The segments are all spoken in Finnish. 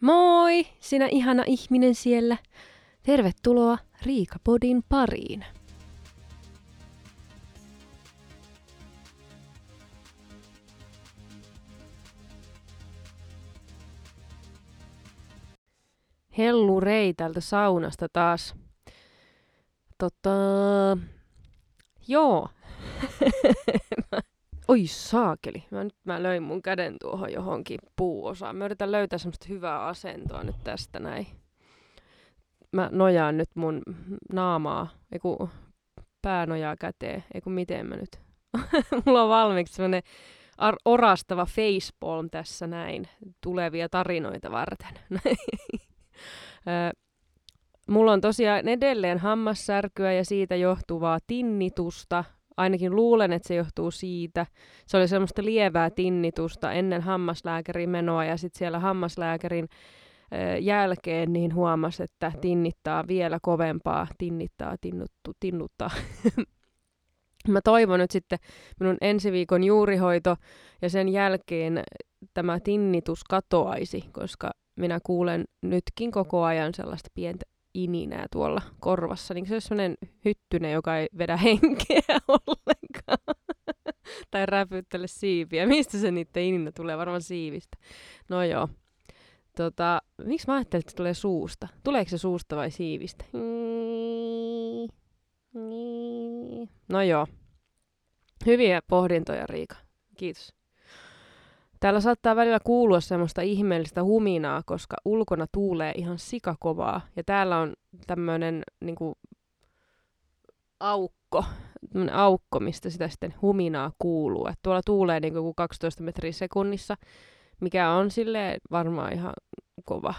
Moi, sinä ihana ihminen siellä. Tervetuloa Riikapodin pariin. Hellurei tältä saunasta taas. Joo. Oi saakeli. Mä löin mun käden tuohon johonkin puuosaan. Mä yritän löytää semmoista hyvää asentoa nyt tästä näin. Mä nojaan nyt mun naamaa, päänojaa käteen, miten mä nyt. Mulla on valmiiksi semmonen orastava facepalm tässä näin, tulevia tarinoita varten. Mulla on tosiaan edelleen hammassärkyä ja siitä johtuvaa tinnitusta. Ainakin luulen, että se johtuu siitä. Se oli semmoista lievää tinnitusta ennen hammaslääkärin menoa ja sitten siellä hammaslääkärin jälkeen niin huomasi, että tinnittaa vielä kovempaa. Tinnuttaa. Mä toivon nyt sitten minun ensi viikon juurihoito ja sen jälkeen tämä tinnitus katoaisi, koska minä kuulen nytkin koko ajan sellaista pientä ininää tuolla korvassa. Niin se on sellainen hyttynen, joka ei vedä henkeä ollenkaan. Tai räpyttele siipiä. Mistä se niiden ininä tulee? Varmaan siivistä. No joo. Miksi mä ajattelin, että se tulee suusta? Tuleeko se suusta vai siivistä? No joo. Hyviä pohdintoja, Riika. Kiitos. Täällä saattaa välillä kuulua semmoista ihmeellistä huminaa, koska ulkona tuulee ihan sikakovaa. Ja täällä on tämmöinen niinku aukko, mistä sitä sitten huminaa kuuluu. Et tuolla tuulee niinku 12 metriä sekunnissa, mikä on silleen varmaan ihan kova.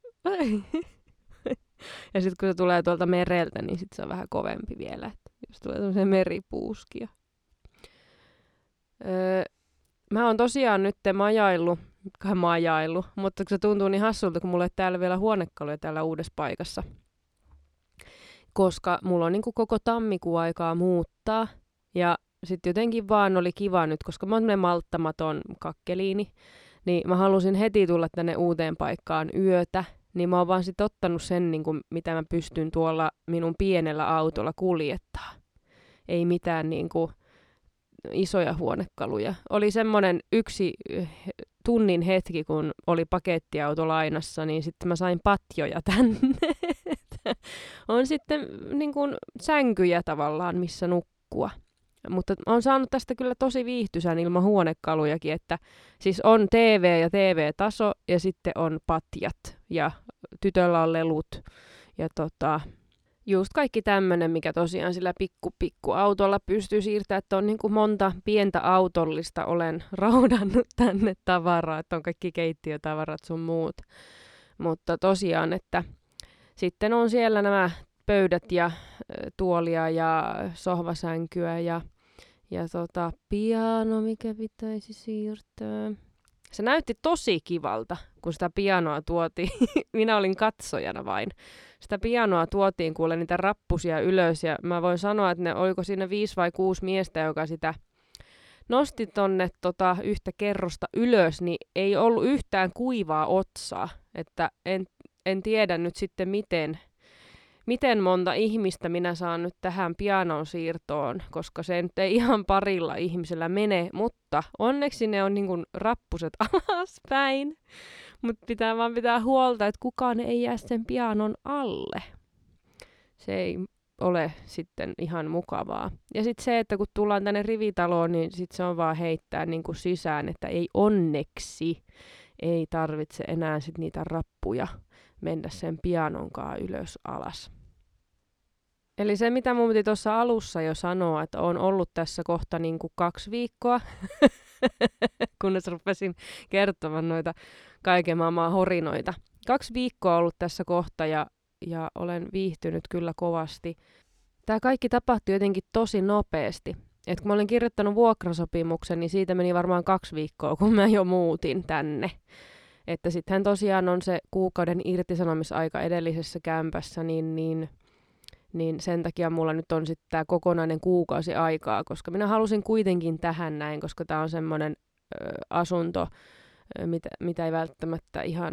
Ja sitten kun se tulee tuolta mereltä, niin sit se on vähän kovempi vielä. Et jos tulee tämmöisiä meripuuskia. Mä oon tosiaan nyt majaillut, mutta se tuntuu niin hassulta, kun mulla ei täällä vielä huonekaluja täällä uudessa paikassa. Koska mulla on niinku koko tammikuun aikaa muuttaa. Ja sitten jotenkin vaan oli kiva nyt, koska mä oon tämmönen malttamaton kakkeliini. Niin mä halusin heti tulla tänne uuteen paikkaan yötä. Niin mä oon vaan sit ottanut sen, niinku, mitä mä pystyn tuolla minun pienellä autolla kuljettaa. Ei mitään niinku isoja huonekaluja. Oli semmoinen yksi tunnin hetki, kun oli pakettiauto lainassa, niin sitten mä sain patjoja tänne. On sitten niin kuin sänkyjä tavallaan, missä nukkua. Mutta on saanut tästä kyllä tosi viihtyisän ilman huonekalujakin, että siis on TV ja TV-taso ja sitten on patjat ja tytöllä on lelut ja just kaikki tämmöinen, mikä tosiaan sillä pikku autolla pystyy siirtämään, että on niin kuin monta pientä autollista olen raudannut tänne tavaraa, että on kaikki keittiötavarat sun muut. Mutta tosiaan, että sitten on siellä nämä pöydät ja tuolia ja sohvasänkyä ja piano, mikä pitäisi siirtää. Se näytti tosi kivalta, kun sitä pianoa tuotiin. Minä olin katsojana vain. Sitä pianoa tuotiin, kuule niitä rappusia ylös. Ja mä voin sanoa, että oliko siinä 5 vai 6 miestä, joka sitä nosti tonne yhtä kerrosta ylös, niin ei ollut yhtään kuivaa otsaa. Että en tiedä nyt sitten miten monta ihmistä minä saan nyt tähän pianon siirtoon, koska se nyt ei ihan parilla ihmisellä mene, mutta onneksi ne on niin kuin rappuset alaspäin, mutta pitää vaan pitää huolta, että kukaan ei jää sen pianon alle. Se ei ole sitten ihan mukavaa. Ja sitten se, että kun tullaan tänne rivitaloon, niin sitten se on vaan heittää niin kuin sisään, että ei onneksi ei tarvitse enää sit niitä rappuja mennä sen pianonkaan ylös alas. Eli se, mitä mun piti tuossa alussa jo sanoa, että on ollut tässä kohta niin kuin 2 viikkoa, kunnes rupesin kertomaan noita kaiken maailman horinoita. 2 viikkoa ollut tässä kohta ja olen viihtynyt kyllä kovasti. Tämä kaikki tapahtui jotenkin tosi nopeasti. Et kun mä olin kirjoittanut vuokrasopimuksen, niin siitä meni varmaan 2 viikkoa, kun mä jo muutin tänne. Että sittenhän tosiaan on se kuukauden irtisanomisaika edellisessä kämpässä, niin sen takia mulla nyt on sitten tämä kokonainen kuukausi aikaa, koska minä halusin kuitenkin tähän näin, koska tämä on semmoinen asunto, mitä ei välttämättä ihan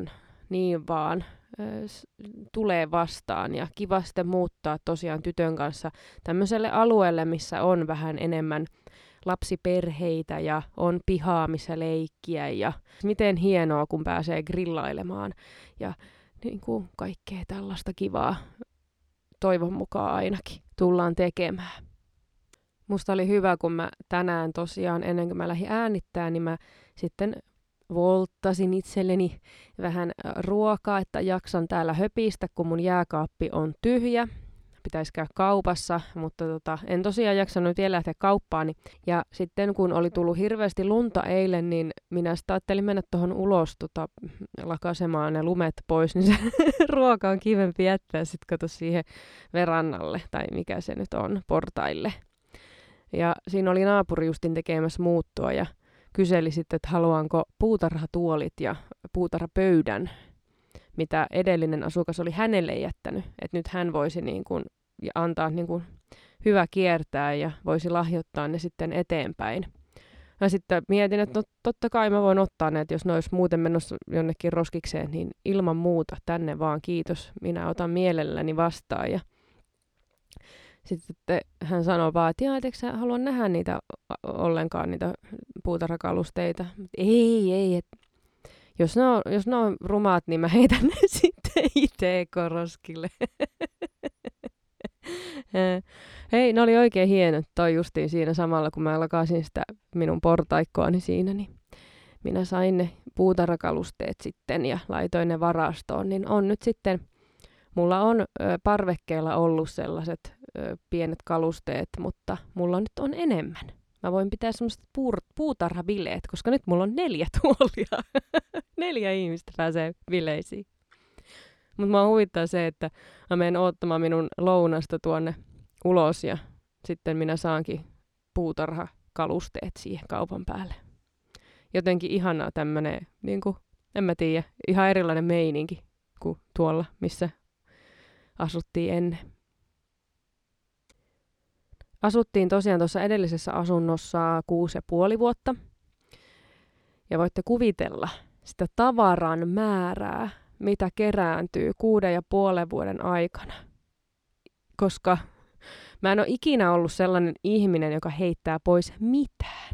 niin vaan tulee vastaan ja kiva sitten muuttaa tosiaan tytön kanssa tämmöiselle alueelle, missä on vähän enemmän lapsiperheitä ja on pihaa, missä leikkiä ja miten hienoa, kun pääsee grillailemaan ja niin kuin kaikkea tällaista kivaa toivon mukaan ainakin tullaan tekemään. Musta oli hyvä, kun mä tänään tosiaan ennen kuin mä lähdin äänittämään, niin mä sitten volttasin itselleni vähän ruokaa, että jaksan täällä höpistä, kun mun jääkaappi on tyhjä. Pitäisi käydä kaupassa, mutta en tosiaan jaksanut vielä lähteä kauppaan. Ja sitten kun oli tullut hirveästi lunta eilen, niin minä sitten ajattelin mennä tuohon ulos lakasemaan ne lumet pois, niin se ruoka on kivempi jättää sitten kato siihen verannalle, tai mikä se nyt on, portaille. Ja siinä oli naapuri justin tekemässä muuttoa ja kyseli sitten, että haluanko puutarhatuolit ja puutarhapöydän, mitä edellinen asukas oli hänelle jättänyt. Että nyt hän voisi niin kuin antaa niin kuin hyvä kiertää ja voisi lahjoittaa ne sitten eteenpäin. Mä sitten mietin, että no, totta kai mä voin ottaa ne, että jos ne olisi muuten menossa jonnekin roskikseen, niin ilman muuta tänne vaan kiitos. Minä otan mielelläni vastaan. Ja sitten hän sanoi vaan, että etteikö sä halua nähdä niitä ollenkaan, niitä puutarhakalusteita. Ei, että jos ne on rumaat, niin mä heitän ne sitten itse koroskille. Hei, ne oli oikein hienot. Toi justiin siinä samalla, kun mä lakasin sitä minun portaikkoani siinä, niin minä sain ne puutarhakalusteet sitten ja laitoin ne varastoon. Niin on nyt sitten, mulla on parvekkeella ollut sellaiset pienet kalusteet, mutta mulla nyt on enemmän. Mä voin pitää semmoiset puutarhabileet, koska nyt mulla on 4 tuolia. 4 ihmistä pääsee bileisiin. Mutta mä huvittaa se, että mä menen odottamaan minun lounasta tuonne ulos ja sitten minä saankin puutarhakalusteet siihen kaupan päälle. Jotenkin ihanaa tämmönen, niinku, en mä tiedä, ihan erilainen meininki kuin tuolla, missä asuttiin ennen. Asuttiin tosiaan tuossa edellisessä asunnossa 6,5 vuotta. Ja voitte kuvitella sitä tavaran määrää, mitä kerääntyy 6,5 vuoden aikana. Koska mä en ole ikinä ollut sellainen ihminen, joka heittää pois mitään.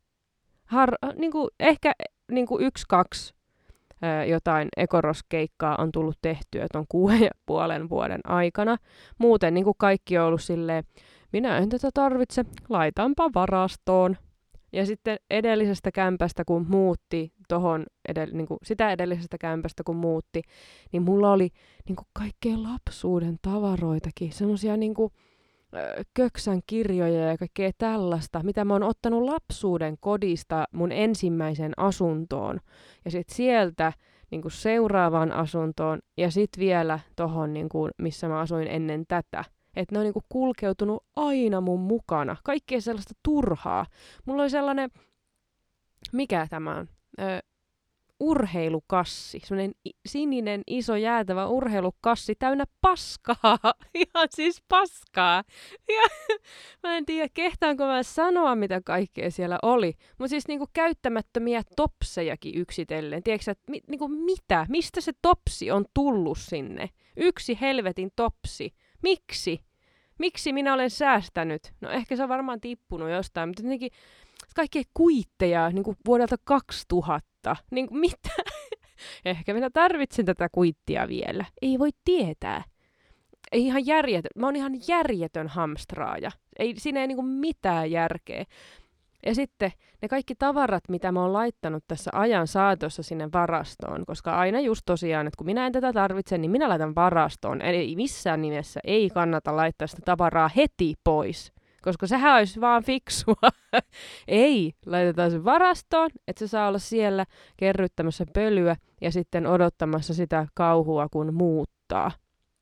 Ehkä 1-2 jotain ekoroskeikkaa on tullut tehtyä tuon 6,5 vuoden aikana. Muuten kaikki on ollut silleen, minä en tätä tarvitse, laitanpa varastoon. Ja sitten edellisestä kämpästä, kun muutti sitä edellisestä kämpästä, kun muutti, niin mulla oli kaikkea lapsuuden tavaroitakin, semmoisia köksän kirjoja ja kaikkea tällaista, mitä mä oon ottanut lapsuuden kodista mun ensimmäiseen asuntoon. Ja sitten sieltä seuraavaan asuntoon ja sitten vielä tohon, missä mä asuin ennen tätä. Että ne on kulkeutunut aina mun mukana. Kaikkea sellaista turhaa. Mulla oli sellainen, mikä tämä on? Urheilukassi. Sellainen sininen, iso, jäätävä urheilukassi täynnä paskaa. Ihan siis paskaa. Ja mä en tiedä, kehtaanko mä sanoa, mitä kaikkea siellä oli. Mutta siis käyttämättömiä topsejakin yksitellen. Tiedätkö että mitä? Mistä se topsi on tullut sinne? Yksi helvetin topsi. Miksi? Miksi minä olen säästänyt? No ehkä se on varmaan tippunut jostain, mutta jotenkin kaikkia kuitteja vuodelta 2000. Mitä? Ehkä minä tarvitsen tätä kuittia vielä. Ei voi tietää. Ei ihan järjetön. Mä oon ihan järjetön hamstraaja. Siinä ei mitään järkeä. Ja sitten ne kaikki tavarat, mitä mä oon laittanut tässä ajan saatossa sinne varastoon, koska aina just tosiaan, että kun minä en tätä tarvitse, niin minä laitan varastoon. Eli missään nimessä ei kannata laittaa sitä tavaraa heti pois, koska sehän olisi vaan fiksua. Ei, laitetaan se varastoon, että se saa olla siellä kerryttämässä pölyä ja sitten odottamassa sitä kauhua, kun muuttaa.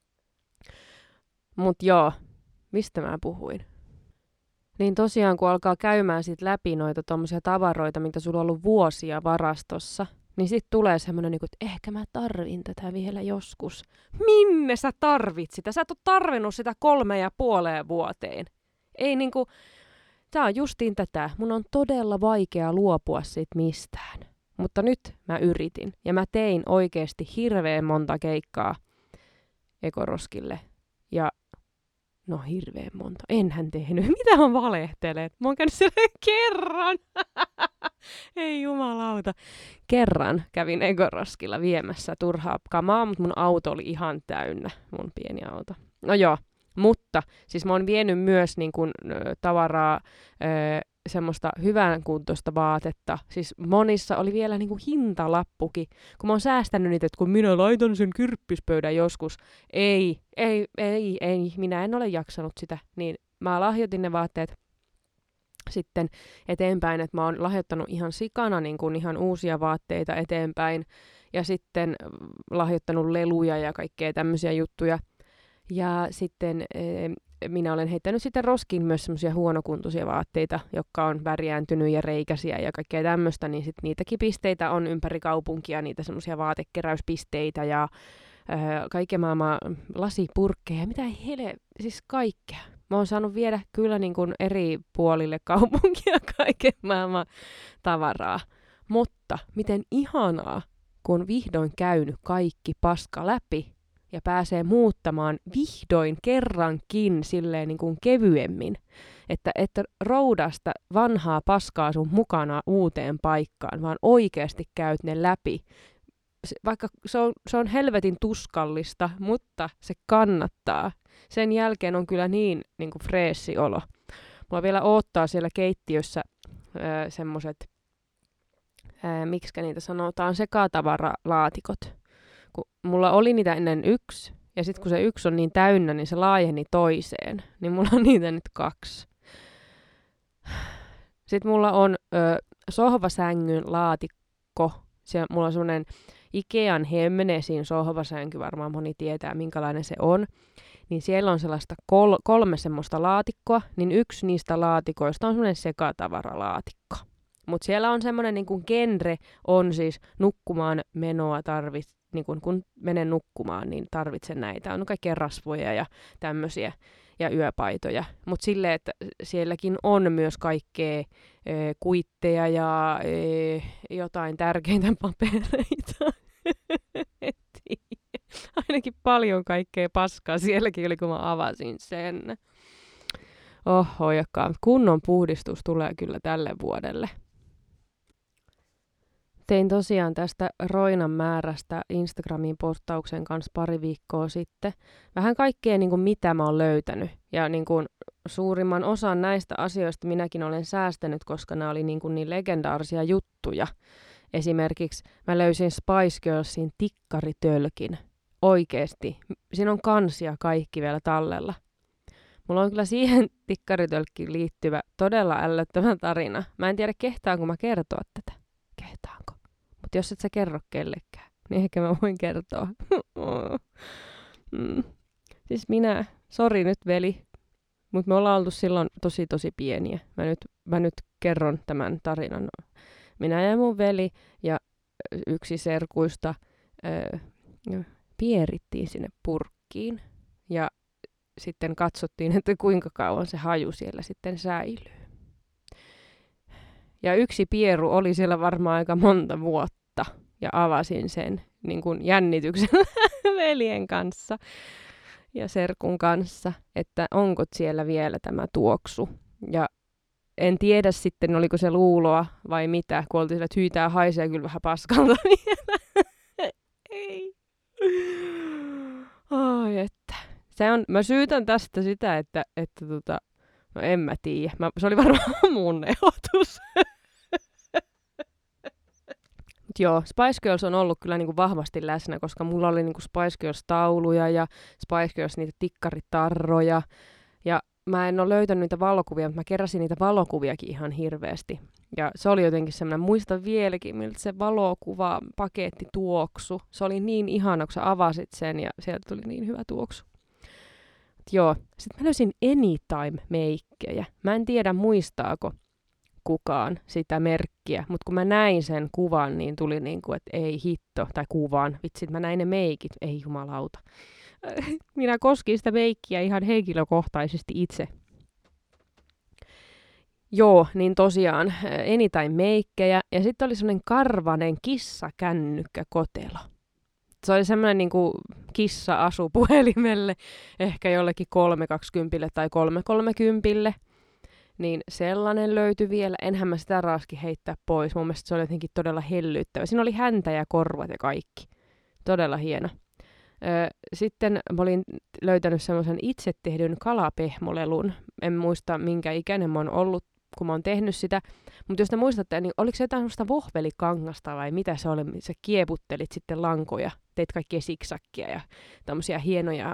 Mut joo, mistä mä puhuin? Niin tosiaan, kun alkaa käymään sit läpi noita tommosia tavaroita, mitä sulla on ollut vuosia varastossa, niin sit tulee semmoinen, että ehkä mä tarvin tätä vielä joskus. Minne sä tarvit sitä? Sä et ole tarvinnut sitä 3,5 vuoteen. Ei tää on justiin tätä. Mun on todella vaikea luopua siitä mistään. Mutta nyt mä yritin ja mä tein oikeasti hirveän monta keikkaa Ekoroskille. Ja no hirveän monta. Enhän tehnyt. Mitä mä valehtelen? Mä oon käynyt siellä kerran. Ei jumalauta. Kerran kävin Ekoroskilla viemässä turhaa kamaa, mutta mun auto oli ihan täynnä. Mun pieni auto. No joo, mutta siis mä oon vienyt myös niin kun, tavaraa, semmoista hyvänkuntoista vaatetta. Siis monissa oli vielä niin kuin hintalappukin. Kun mä oon säästänyt niitä, että kun minä laitan sen kyrppispöydän joskus. Ei, minä en ole jaksanut sitä. Niin mä lahjoitin ne vaatteet sitten eteenpäin, että mä oon lahjoittanut ihan sikana niin kuin ihan uusia vaatteita eteenpäin. Ja sitten lahjoittanut leluja ja kaikkea tämmöisiä juttuja. Ja sitten minä olen heittänyt sitten roskiin myös semmoisia huonokuntoisia vaatteita, jotka on värjääntynyt ja reikäisiä ja kaikkea tämmöistä, niin sitten niitäkin pisteitä on ympäri kaupunkia, niitä semmoisia vaatekeräyspisteitä ja kaiken maailman lasipurkkeja, mitä siis kaikkea. Mä oon saanut viedä kyllä niin kuin eri puolille kaupunkia kaiken maailman tavaraa, mutta miten ihanaa, kun vihdoin käynyt kaikki paska läpi. Ja pääsee muuttamaan vihdoin kerrankin silleen niin kuin kevyemmin. Että roudasta vanhaa paskaa sun mukana uuteen paikkaan, vaan oikeasti käyt ne läpi. Vaikka se on helvetin tuskallista, mutta se kannattaa. Sen jälkeen on kyllä niin kuin freessi olo. Mulla vielä odottaa siellä keittiössä semmoset, miksikä niitä sanotaan, sekatavaralaatikot. Kun mulla oli niitä ennen 1, ja sitten kun se 1 on niin täynnä, niin se laajeni toiseen. Niin mulla on niitä nyt 2. Sitten mulla on sohvasängyn laatikko. Mulla on semmonen Ikean Hemnesin sohvasänky, varmaan moni tietää minkälainen se on. Niin siellä on sellaista 3 semmoista laatikkoa, niin 1 niistä laatikoista on semmoinen sekatavaralaatikko. Mutta siellä on semmoinen niin kuin genre, on siis nukkumaan menoa niin kun menen nukkumaan, niin tarvitsen näitä. On kaikkea rasvoja ja tämmöisiä ja yöpaitoja. Mutta silleen, että sielläkin on myös kaikkea kuitteja ja jotain tärkeitä papereita. Ainakin paljon kaikkea paskaa sielläkin oli, kun mä avasin sen. Oho, joka kunnon puhdistus tulee kyllä tälle vuodelle. Tein tosiaan tästä roinan määrästä Instagramiin postauksen kanssa pari viikkoa sitten. Vähän kaikkea niin kuin mitä mä oon löytänyt. Ja niin kuin suurimman osan näistä asioista minäkin olen säästänyt, koska nämä oli niin legendaarisia juttuja. Esimerkiksi mä löysin Spice Girlsin tikkaritölkin. Oikeesti. Siinä on kansia kaikki vielä tallella. Mulla on kyllä siihen tikkaritölkkiin liittyvä todella ällöttävä tarina. Mä en tiedä kehtaanko mä kertoa tätä. Kehtaanko? Mutta jos et sä kerro kellekään, niin ehkä mä voin kertoa. Siis sori nyt veli, mutta me ollaan oltu silloin tosi pieniä. Mä nyt kerron tämän tarinan. Minä ja mun veli ja yksi serkuista pierittiin sinne purkkiin ja sitten katsottiin, että kuinka kauan se haju siellä sitten säilyy. Ja yksi pieru oli siellä varmaan aika monta vuotta ja avasin sen niin kuin jännityksellä veljen kanssa ja serkun kanssa, että onko siellä vielä tämä tuoksu. Ja en tiedä sitten, oliko se luuloa vai mitä, kun oltiin sillä, että hyytää haisee kyllä vähän paskalta vielä. Ei. Ai että. Mä syytän tästä sitä, että no en mä tiedä. Se oli varmaan mun ehdotus. Joo, Spice Girls on ollut kyllä niinku vahvasti läsnä, koska mulla oli niinku Spice Girls-tauluja ja Spice Girls niitä tikkaritarroja. Ja mä en ole löytänyt niitä valokuvia, mutta mä keräsin niitä valokuviakin ihan hirveästi. Ja se oli jotenkin semmoinen, muistan vieläkin, miltä se valokuvapaketti tuoksu. Se oli niin ihana, kun sä avasit sen ja sieltä tuli niin hyvä tuoksu. Joo, sitten mä löysin Anytime-meikkejä. Mä en tiedä muistaako kukaan sitä merkkiä, mutta kun mä näin sen kuvan, niin tuli niinku, että ei hitto, tai kuvan, vitsit mä näin ne meikit, ei jumalauta. Minä koskin sitä meikkiä ihan henkilökohtaisesti itse. Joo, niin tosiaan Anytime-meikkejä ja sitten oli semmoinen karvanen kissakännykkäkotelo. Se oli semmoinen niinku kissa-asu puhelimelle, ehkä jollekin 320 tai 330. Niin sellainen löytyi vielä. Enhän mä sitä raaski heittää pois. Mun mielestä se oli jotenkin todella hellyttävä. Siinä oli häntä ja korvat ja kaikki. Todella hieno. Sitten mä olin löytänyt semmoisen itse tehdyn kalapehmolelun. En muista minkä ikäinen mä oon ollut, kun mä oon tehnyt sitä. Mutta jos te muistatte, niin oliko se jotain semmoista vohvelikangasta vai mitä se oli? Sä kieputtelit sitten lankoja, teit kaikkia siksakkia ja tämmöisiä hienoja...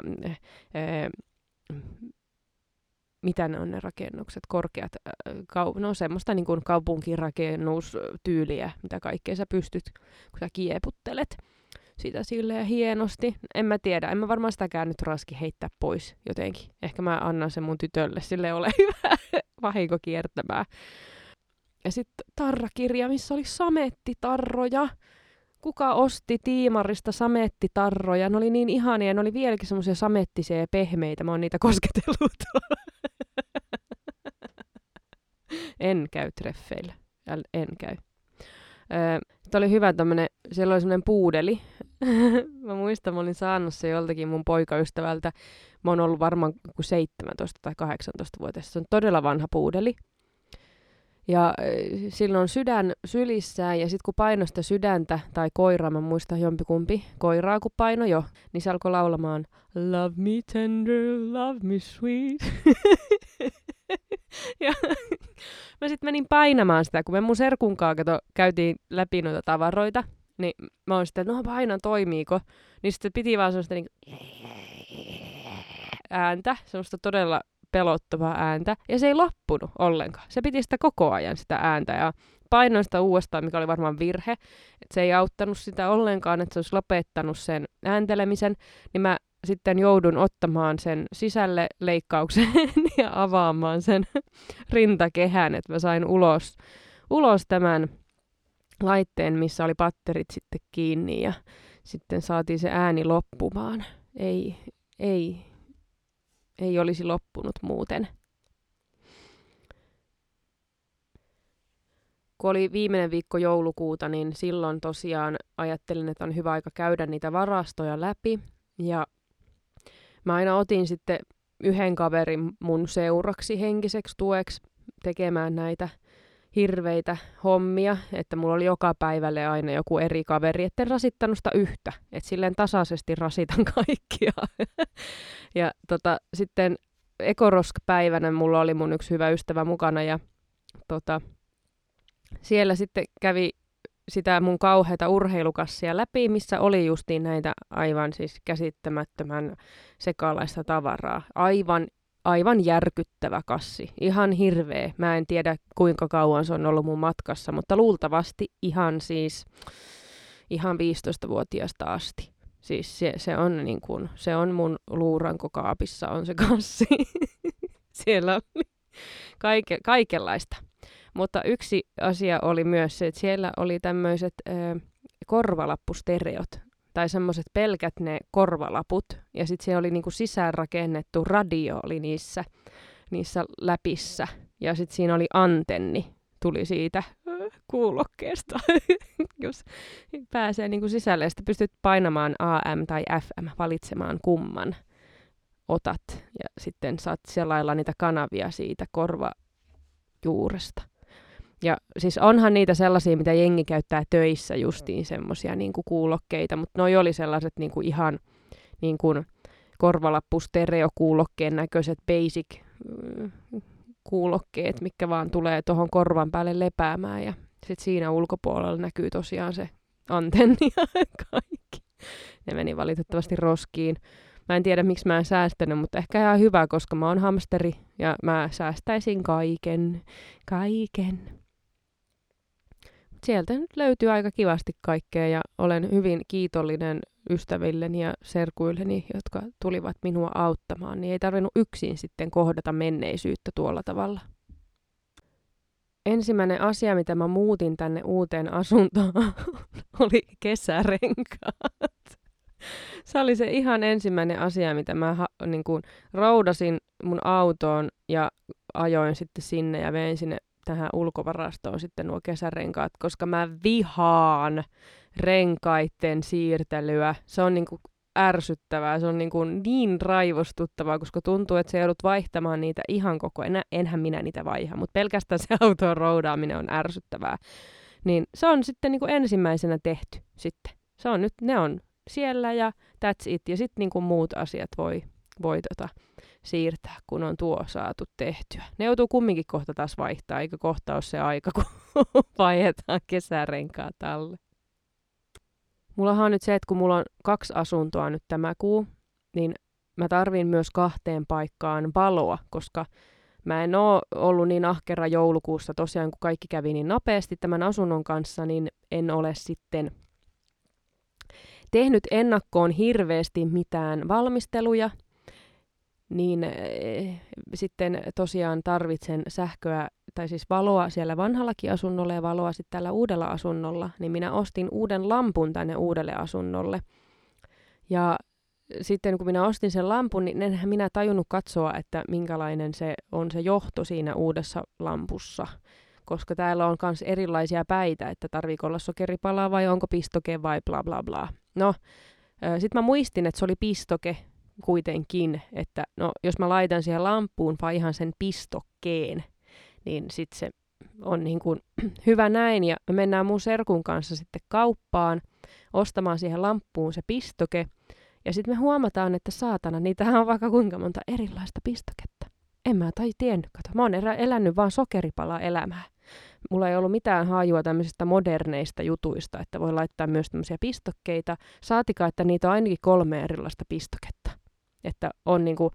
mitä ne on ne rakennukset, korkeat, no semmoista niin kuin kaupunkirakennustyyliä, mitä kaikkea sä pystyt, kun sä kieputtelet sitä silleen hienosti. En mä tiedä, en mä varmaan sitäkään nyt raski heittää pois jotenkin. Ehkä mä annan sen mun tytölle, sille ole hyvä vahinko kiertämään. Ja sitten tarrakirja, missä oli samettitarroja. Kuka osti Tiimarista samettitarroja? Ne oli niin ihania, ne oli vieläkin semmoisia samettisia ja pehmeitä. Mä oon niitä kosketellut. En käy treffeillä. En käy. Tämä oli hyvä tämmönen, siellä oli semmoinen puudeli. Mä muistan, mä olin saanut se joltakin mun poikaystävältä. Mä oon ollut varmaan 17 tai 18-vuotias. Se on todella vanha puudeli. Ja silloin on sydän sylissään, ja sitten kun paino sitä sydäntä, tai koiraa, mä muistan jompikumpi, koiraa kun paino jo, niin se alkoi laulamaan Love me tender, love me sweet. Ja mä sitten menin painamaan sitä, kun me mun serkunkaan käytiin läpi noita tavaroita, niin mä oon sitten, että no painan, toimiiko. Niin sitten piti vaan semmoista niin ääntä, semmoista todella pelottavaa ääntä, ja se ei loppunut ollenkaan. Se piti sitä koko ajan sitä ääntä, ja painoin sitä uudestaan, mikä oli varmaan virhe, että se ei auttanut sitä ollenkaan, että se olisi lopettanut sen ääntelemisen, niin mä sitten joudun ottamaan sen sisälle leikkauksen ja avaamaan sen rintakehän, että mä sain ulos tämän laitteen, missä oli patterit sitten kiinni, ja sitten saatiin se ääni loppumaan. Ei olisi loppunut muuten. Kun oli viimeinen viikko joulukuuta, niin silloin tosiaan ajattelin, että on hyvä aika käydä niitä varastoja läpi. Ja mä aina otin sitten yhden kaverin mun seuraksi henkiseksi tueksi tekemään näitä hirveitä hommia, että mulla oli joka päivälle aina joku eri kaveri, etten rasittanut sitä yhtä, että silleen tasaisesti rasitan kaikkia. Ja sitten Ekorosk-päivänä mulla oli mun yksi hyvä ystävä mukana, ja siellä sitten kävi sitä mun kauheata urheilukassia läpi, missä oli justiin näitä aivan siis käsittämättömän sekalaista tavaraa. Aivan järkyttävä kassi. Ihan hirveä. Mä en tiedä kuinka kauan se on ollut mun matkassa, mutta luultavasti ihan 15-vuotiaasta asti. Siis se on niin kuin, se on mun luurankokaapissa on se kassi. Siellä oli kaikenlaista. Mutta yksi asia oli myös se, että siellä oli tämmöiset korvalappustereot. Tai semmoiset pelkät ne korvalaput. Ja sitten siellä oli niinku sisäänrakennettu radio oli niissä läpissä. Ja sitten siinä oli antenni. Tuli siitä kuulokkeesta. Jos pääsee niinku sisälle. Ja sitten pystyt painamaan AM tai FM, valitsemaan kumman otat. Ja sitten saat selailla niitä kanavia siitä korvajuuresta. Ja siis onhan niitä sellaisia, mitä jengi käyttää töissä justiin semmosia niinku kuulokkeita, mutta noi oli sellaiset niinku ihan niinku korvalappustereokuulokkeen näköiset basic kuulokkeet, mitkä vaan tulee tuohon korvan päälle lepäämään, ja sitten siinä ulkopuolella näkyy tosiaan se antenni ja kaikki. Ne meni valitettavasti roskiin. Mä en tiedä, miksi mä en säästänyt, mutta ehkä ihan hyvä, koska mä oon hamsteri ja mä säästäisin kaiken. Sieltä nyt löytyy aika kivasti kaikkea, ja olen hyvin kiitollinen ystävilleni ja serkuilleni, jotka tulivat minua auttamaan, niin ei tarvinnut yksin sitten kohdata menneisyyttä tuolla tavalla. Ensimmäinen asia, mitä mä muutin tänne uuteen asuntoon, oli kesärenkaat. Se oli se ihan ensimmäinen asia, mitä mä roudasin mun autoon ja ajoin sitten sinne ja vein sinne tähän ulkovarastoon sitten nuo kesärenkaat, koska mä vihaan renkaitten siirtelyä. Se on niinku ärsyttävää, se on niin raivostuttavaa, koska tuntuu, että sä joudut vaihtamaan niitä ihan koko ajan. Enhän minä niitä vaiha, mutta pelkästään se auton roudaaminen on ärsyttävää. Niin se on sitten niinku ensimmäisenä tehty sitten. Se on nyt, ne on siellä ja that's it. Ja sitten niinku muut asiat voi siirtää, kun on tuo saatu tehtyä. Ne joutuu kumminkin kohta taas vaihtaa, eikä kohta ole se aika, kun vaihdetaan kesärenkaat alle. Mullahan on nyt se, että kun mulla on 2 asuntoa nyt tämä kuu, niin mä tarvin myös 2 paikkaan valoa, koska mä en oo ollut niin ahkera joulukuussa tosiaan, kun kaikki kävi niin nopeasti tämän asunnon kanssa, niin en ole sitten tehnyt ennakkoon hirveästi mitään valmisteluja, niin sitten tosiaan tarvitsen sähköä, tai siis valoa siellä vanhallakin asunnolla ja valoa sitten tällä uudella asunnolla, niin minä ostin uuden lampun tänne uudelle asunnolle. Ja sitten kun minä ostin sen lampun, niin enhän minä tajunnut katsoa, että minkälainen se on se johto siinä uudessa lampussa. Koska täällä on myös erilaisia päitä, että tarviiko olla sokeripalaa vai onko pistoke vai bla bla bla. No, sitten mä muistin, että se oli pistoke kuitenkin, että no, jos mä laitan siihen lampuun vai ihan sen pistokkeen, niin sitten se on niin kuin hyvä näin. Ja me mennään mun serkun kanssa sitten kauppaan ostamaan siihen lampuun se pistoke. Ja sitten me huomataan, että saatana, niitähän on vaikka kuinka monta erilaista pistoketta. En mä tiennyt, kato. Mä oon elänyt vaan sokeripala-elämää. Mulla ei ollut mitään hajua tämmöisistä moderneista jutuista, että voi laittaa myös tämmöisiä pistokkeita. Saatikaan, että niitä on ainakin 3 erilaista pistoketta. Että on niinku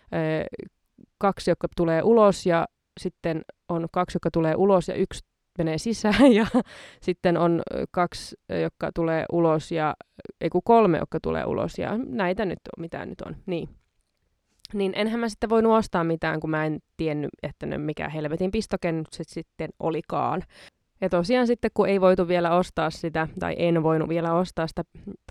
2, jotka tulee ulos ja sitten on 2, jotka tulee ulos ja 1 menee sisään ja sitten on 2, jotka tulee ulos ja 3, jotka tulee ulos ja näitä nyt on, mitä nyt on. Niin enhän mä sitten voinut ostaa mitään, kun mä en tiennyt, että ne mikä helvetin pistoke nyt se sitten olikaan. Ja tosiaan sitten, kun ei voitu vielä ostaa sitä, tai en voinut vielä ostaa sitä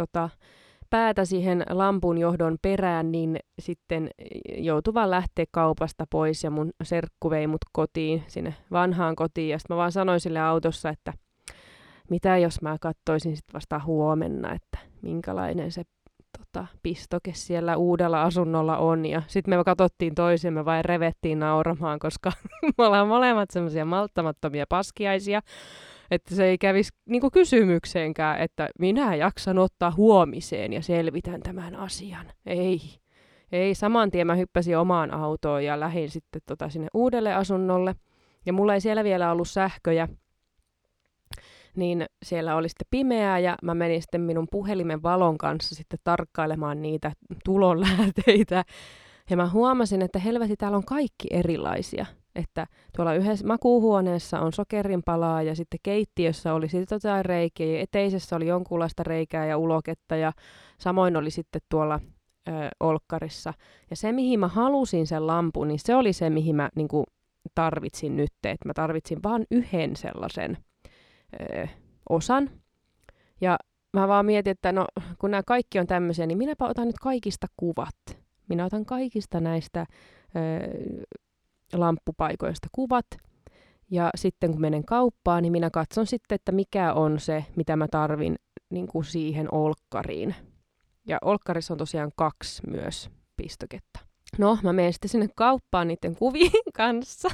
päätä siihen lampun johdon perään, niin sitten joutui vaan lähteä kaupasta pois ja mun serkku vei mut kotiin, sinne vanhaan kotiin. Ja sitten mä vaan sanoin sille autossa, että mitä jos mä katsoisin sitten vasta huomenna, että minkälainen se pistoke siellä uudella asunnolla on. Ja sitten me katsottiin toisemme vai revettiin nauramaan, koska me ollaan molemmat semmoisia malttamattomia paskiaisia, että se ei kävisi niinku kysymykseenkään, että minä jaksan ottaa huomiseen ja selvitän tämän asian. Ei, saman tien mä hyppäsin omaan autoon ja lähdin sitten sinne uudelle asunnolle. Ja mulla ei siellä vielä ollut sähköjä, niin siellä oli sitten pimeää ja mä menin sitten minun puhelimen valon kanssa sitten tarkkailemaan niitä tulonlähteitä. Ja mä huomasin, että helveti, täällä on kaikki erilaisia. Että tuolla yhdessä makuuhuoneessa on sokerinpalaa ja sitten keittiössä oli sitten jotain reikiä ja eteisessä oli jonkunlaista reikää ja uloketta ja samoin oli sitten tuolla olkkarissa. Ja se, mihin mä halusin sen lampun, niin se oli se, mihin mä niinku tarvitsin nyt. Että mä tarvitsin vaan yhden sellaisen osan. Ja mä vaan mietin, että no, kun nämä kaikki on tämmöisiä, niin minäpä otan nyt kaikista kuvat. Minä otan kaikista näistä lamppupaikoista kuvat. Ja sitten kun menen kauppaan, niin minä katson sitten, että mikä on se, mitä mä tarvin niin kuin siihen olkkariin. Ja olkkarissa on tosiaan 2 myös pistoketta. No, mä menen sitten sinne kauppaan niiden kuvien kanssa.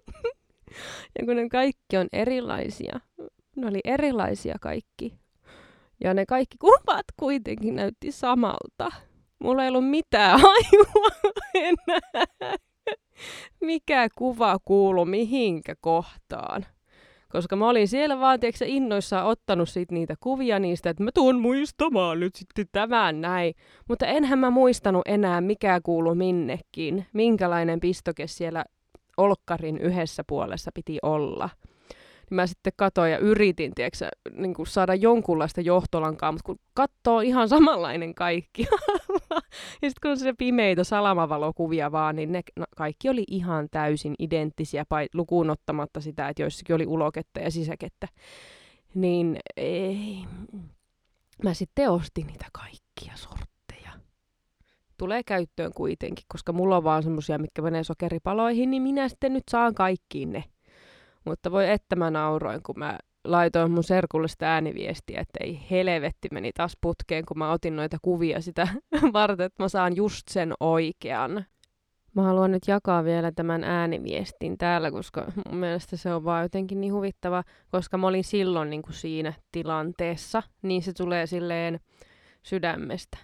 Ja kun ne kaikki on erilaisia. Ne oli erilaisia kaikki. Ja ne kaikki kuvat kuitenkin näytti samalta. Mulla ei ollut mitään hajua enää. Mikä kuva kuului mihinkä kohtaan. Koska mä olin siellä vaan innoissaan ottanut sit niitä kuvia niistä, että mä tuun muistamaan nyt sitten tämän näin. Mutta enhän mä muistanut enää mikä kuului minnekin. Minkälainen pistoke siellä olkkarin yhdessä puolessa piti olla. Mä sitten katoin ja yritin niin kuin saada jonkunlaista johtolankaa, mutta kun katsoo ihan samanlainen kaikki. Ja sitten kun on se pimeitä salamavalokuvia vaan, niin ne kaikki oli ihan täysin identtisiä, lukuun ottamatta sitä, että joissakin oli uloketta ja sisäkettä. Niin ei. Mä sitten ostin niitä kaikkia sortteja. tulee käyttöön kuitenkin, koska mulla on vaan semmosia, mitkä menee sokeripaloihin, niin minä sitten nyt saan kaikkiin ne. Mutta voi että mä nauroin, kun mä laitoin mun serkulle sitä ääniviestiä, että ei helvetti meni taas putkeen, kun mä otin noita kuvia sitä varten, että mä saan just sen oikean. Mä haluan nyt jakaa vielä tämän ääniviestin täällä, koska mun mielestä se on vaan jotenkin niin huvittava, koska mä olin silloin niin kuin siinä tilanteessa, niin se tulee silleen sydämestä.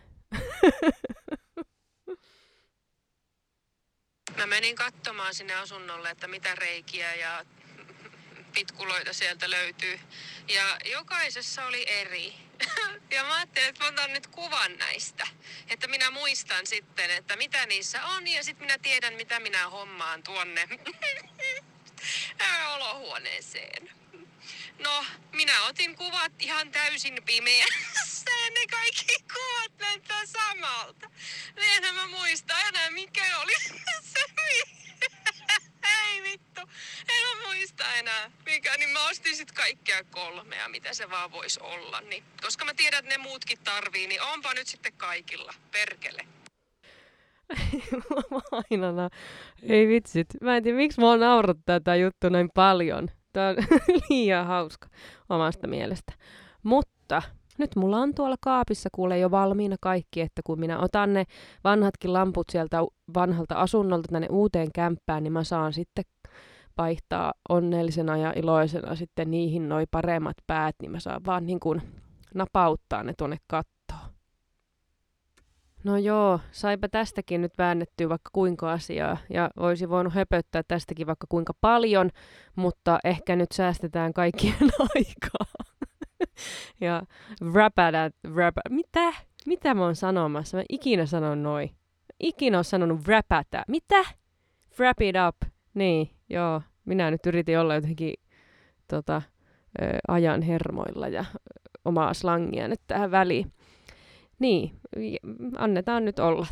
Mä menin katsomaan sinne asunnolle, että mitä reikiä ja pitkuloita sieltä löytyy. Ja jokaisessa oli eri. Ja mä ajattelin, että mä otan nyt kuvan näistä. Että minä muistan sitten, että mitä niissä on. Ja sitten minä tiedän, mitä minä hommaan tuonne olohuoneeseen. No, minä otin kuvat ihan täysin pimeässä. Ne kaikki kuvat näyttää samalta. Enhän mä muista enää, mikä oli se. Ei vittu, en mä muista enää. Mikä, niin mä ostin sit kaikkea 3, mitä se vaan vois olla. Niin, koska mä tiedän, että ne muutkin tarvii, niin onpa nyt sitten kaikilla. Perkele. Mainona. Ei vitsit. Mä en tiedä, miksi mua naurattaa tää juttu näin paljon. Tää on liian hauska omasta mielestä. Mutta nyt mulla on tuolla kaapissa kuule jo valmiina kaikki, että kun minä otan ne vanhatkin lamput sieltä vanhalta asunnolta tänne uuteen kämppään, niin mä saan sitten vaihtaa onnellisena ja iloisena sitten niihin noi paremmat päät, niin mä saan vaan niin kuin napauttaa ne tuonne kattoon. No joo, saipa tästäkin nyt väännettyä vaikka kuinka asiaa ja olisi voinut höpöttää tästäkin vaikka kuinka paljon, mutta ehkä nyt säästetään kaikkien aikaa. Ja Mitä? Mitä mä oon sanomassa? Mä ikinä sanon noin. Ikinä oon sanonut räpätä. Mitä? Wrap it up. Niin, joo. Minä nyt yritin olla jotenkin ajan hermoilla ja omaa slangia nyt tähän väliin. Niin, annetaan nyt olla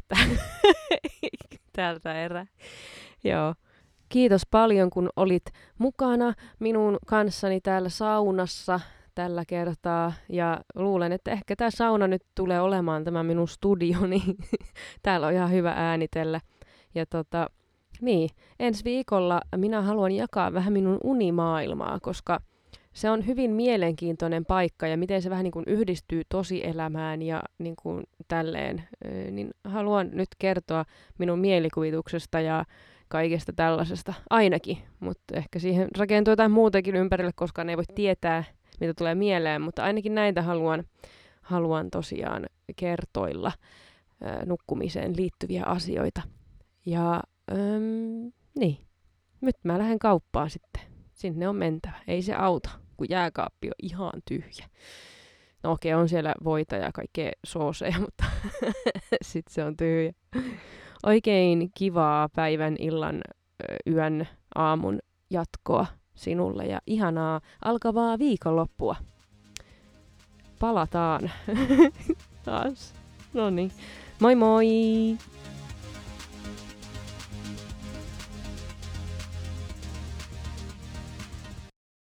tältä erää. Joo. Kiitos paljon, kun olit mukana minun kanssani täällä saunassa tällä kertaa. Ja luulen, että ehkä tämä sauna nyt tulee olemaan tämä minun studioni. Täällä on ihan hyvä äänitellä. Ja niin, ensi viikolla minä haluan jakaa vähän minun unimaailmaa, koska se on hyvin mielenkiintoinen paikka ja miten se vähän niin kuin yhdistyy tosielämään ja niin kuin tälleen. Niin haluan nyt kertoa minun mielikuvituksesta ja kaikesta tällaisesta ainakin, mutta ehkä siihen rakentuu jotain muutakin ympärille, koska ne ei voi tietää, mitä tulee mieleen, mutta ainakin näitä haluan tosiaan kertoilla nukkumiseen liittyviä asioita. Ja niin, nyt mä lähden kauppaan sitten. Sinne on mentävä. Ei se auta, kun jääkaappi on ihan tyhjä. No okei, on siellä voita ja kaikkea sooseja, mutta sitten se on tyhjä. Oikein kivaa päivän, illan, yön, aamun jatkoa sinulle ja ihanaa alkavaa viikonloppua. Palataan taas. Noniin. Moi moi!